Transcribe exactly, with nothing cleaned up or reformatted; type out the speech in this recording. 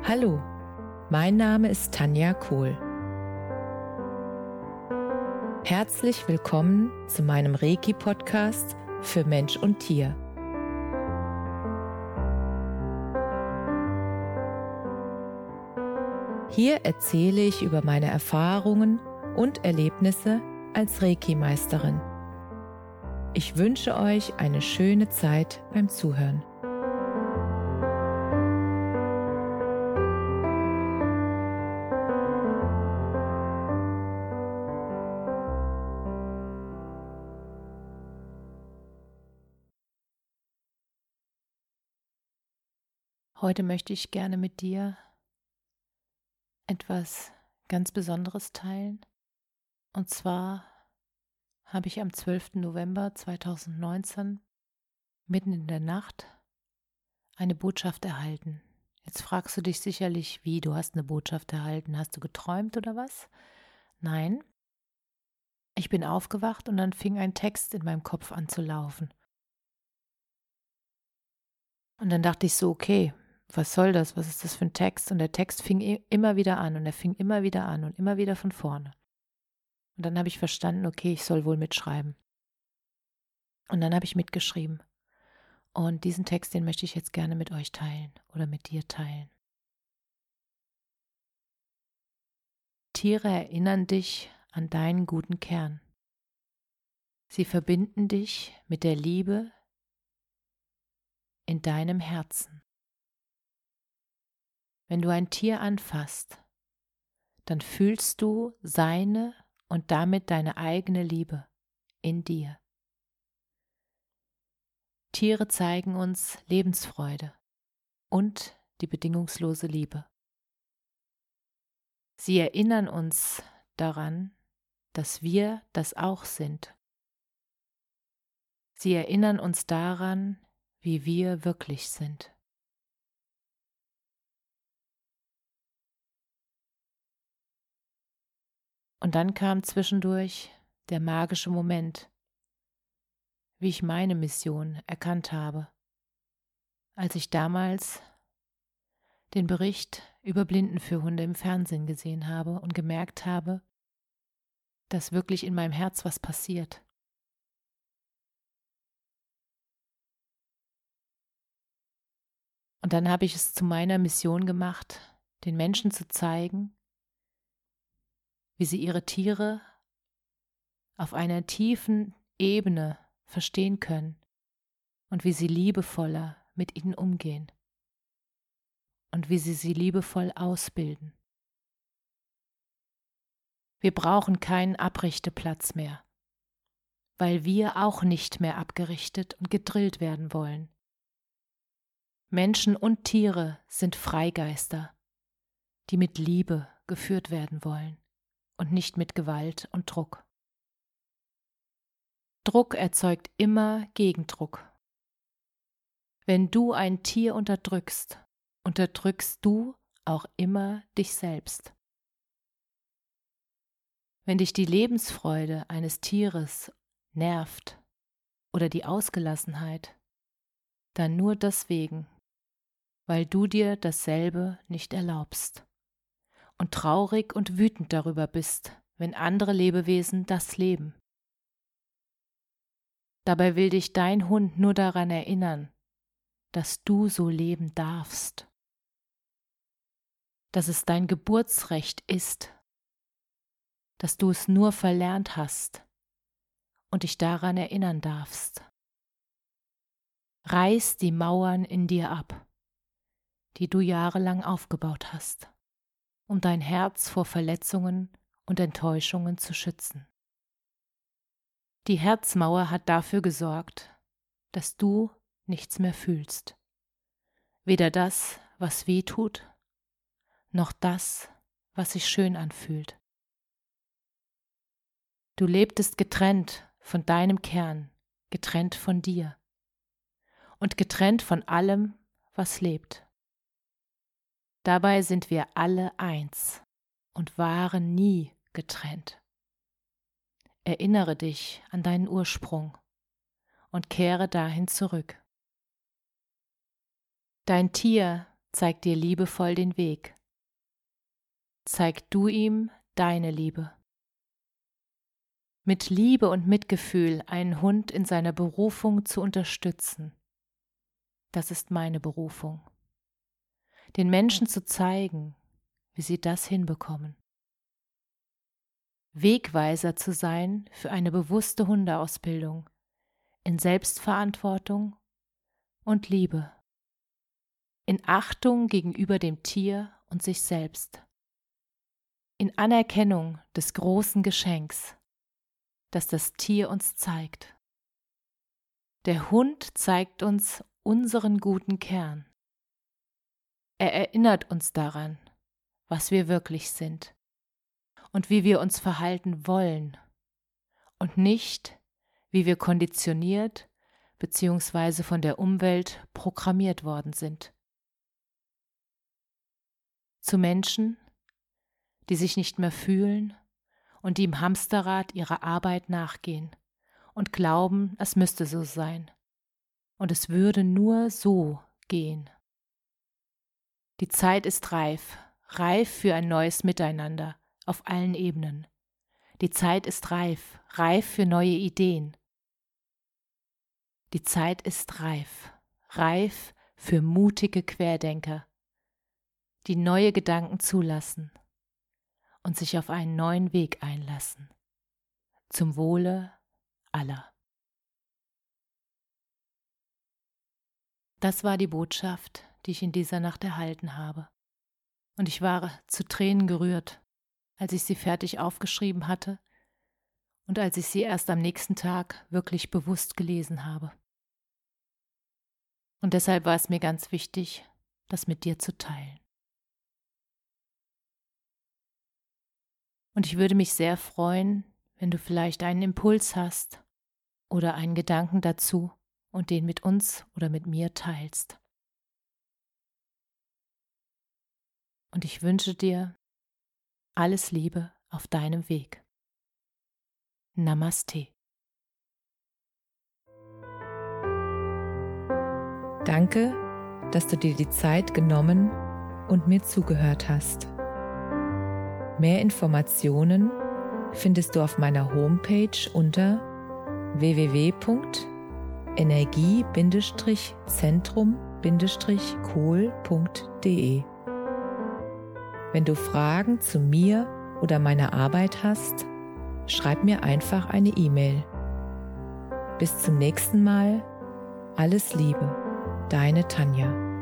Hallo, mein Name ist Tanja Kohl. Herzlich willkommen zu meinem Reiki-Podcast für Mensch und Tier. Hier erzähle ich über meine Erfahrungen und Erlebnisse als Reiki-Meisterin. Ich wünsche euch eine schöne Zeit beim Zuhören. Heute möchte ich gerne mit dir etwas ganz Besonderes teilen. Und zwar habe ich am zwölften November zweitausendneunzehn mitten in der Nacht eine Botschaft erhalten. Jetzt fragst du dich sicherlich, wie, du hast eine Botschaft erhalten? Hast du geträumt oder was? Nein. Ich bin aufgewacht und dann fing ein Text in meinem Kopf an zu laufen. Und dann dachte ich so, okay, was soll das? Was ist das für ein Text? Und der Text fing immer wieder an und er fing immer wieder an und immer wieder von vorne. Und dann habe ich verstanden, okay, ich soll wohl mitschreiben. Und dann habe ich mitgeschrieben. Und diesen Text, den möchte ich jetzt gerne mit euch teilen oder mit dir teilen. Tiere erinnern dich an deinen guten Kern. Sie verbinden dich mit der Liebe in deinem Herzen. Wenn du ein Tier anfasst, dann fühlst du seine und damit deine eigene Liebe in dir. Tiere zeigen uns Lebensfreude und die bedingungslose Liebe. Sie erinnern uns daran, dass wir das auch sind. Sie erinnern uns daran, wie wir wirklich sind. Und dann kam zwischendurch der magische Moment, wie ich meine Mission erkannt habe, als ich damals den Bericht über Blindenführhunde im Fernsehen gesehen habe und gemerkt habe, dass wirklich in meinem Herz was passiert. Und dann habe ich es zu meiner Mission gemacht, den Menschen zu zeigen, wie sie ihre Tiere auf einer tiefen Ebene verstehen können und wie sie liebevoller mit ihnen umgehen und wie sie sie liebevoll ausbilden. Wir brauchen keinen Abrichteplatz mehr, weil wir auch nicht mehr abgerichtet und gedrillt werden wollen. Menschen und Tiere sind Freigeister, die mit Liebe geführt werden wollen und nicht mit Gewalt und Druck. Druck erzeugt immer Gegendruck. Wenn du ein Tier unterdrückst, unterdrückst du auch immer dich selbst. Wenn dich die Lebensfreude eines Tieres nervt oder die Ausgelassenheit, dann nur deswegen, weil du dir dasselbe nicht erlaubst und traurig und wütend darüber bist, wenn andere Lebewesen das leben. Dabei will dich dein Hund nur daran erinnern, dass du so leben darfst, dass es dein Geburtsrecht ist, dass du es nur verlernt hast und dich daran erinnern darfst. Reiß die Mauern in dir ab, die du jahrelang aufgebaut hast, um dein Herz vor Verletzungen und Enttäuschungen zu schützen. Die Herzmauer hat dafür gesorgt, dass du nichts mehr fühlst. Weder das, was weh tut, noch das, was sich schön anfühlt. Du lebtest getrennt von deinem Kern, getrennt von dir und getrennt von allem, was lebt. Dabei sind wir alle eins und waren nie getrennt. Erinnere dich an deinen Ursprung und kehre dahin zurück. Dein Tier zeigt dir liebevoll den Weg. Zeig du ihm deine Liebe. Mit Liebe und Mitgefühl einen Hund in seiner Berufung zu unterstützen. Das ist meine Berufung. Den Menschen zu zeigen, wie sie das hinbekommen. Wegweiser zu sein für eine bewusste Hundeausbildung in Selbstverantwortung und Liebe, in Achtung gegenüber dem Tier und sich selbst, in Anerkennung des großen Geschenks, das das Tier uns zeigt. Der Hund zeigt uns unseren guten Kern. Er erinnert uns daran, was wir wirklich sind und wie wir uns verhalten wollen und nicht, wie wir konditioniert bzw. von der Umwelt programmiert worden sind. Zu Menschen, die sich nicht mehr fühlen und die im Hamsterrad ihrer Arbeit nachgehen und glauben, es müsste so sein und es würde nur so gehen. Die Zeit ist reif, reif für ein neues Miteinander auf allen Ebenen. Die Zeit ist reif, reif für neue Ideen. Die Zeit ist reif, reif für mutige Querdenker, die neue Gedanken zulassen und sich auf einen neuen Weg einlassen, zum Wohle aller. Das war die Botschaft, die ich in dieser Nacht erhalten habe. Und ich war zu Tränen gerührt, als ich sie fertig aufgeschrieben hatte und als ich sie erst am nächsten Tag wirklich bewusst gelesen habe. Und deshalb war es mir ganz wichtig, das mit dir zu teilen. Und ich würde mich sehr freuen, wenn du vielleicht einen Impuls hast oder einen Gedanken dazu und den mit uns oder mit mir teilst. Und ich wünsche dir alles Liebe auf deinem Weg. Namaste. Danke, dass du dir die Zeit genommen und mir zugehört hast. Mehr Informationen findest du auf meiner Homepage unter w w w punkt energie zentrum kohl punkt de. Wenn du Fragen zu mir oder meiner Arbeit hast, schreib mir einfach eine E-Mail. Bis zum nächsten Mal. Alles Liebe, deine Tanja.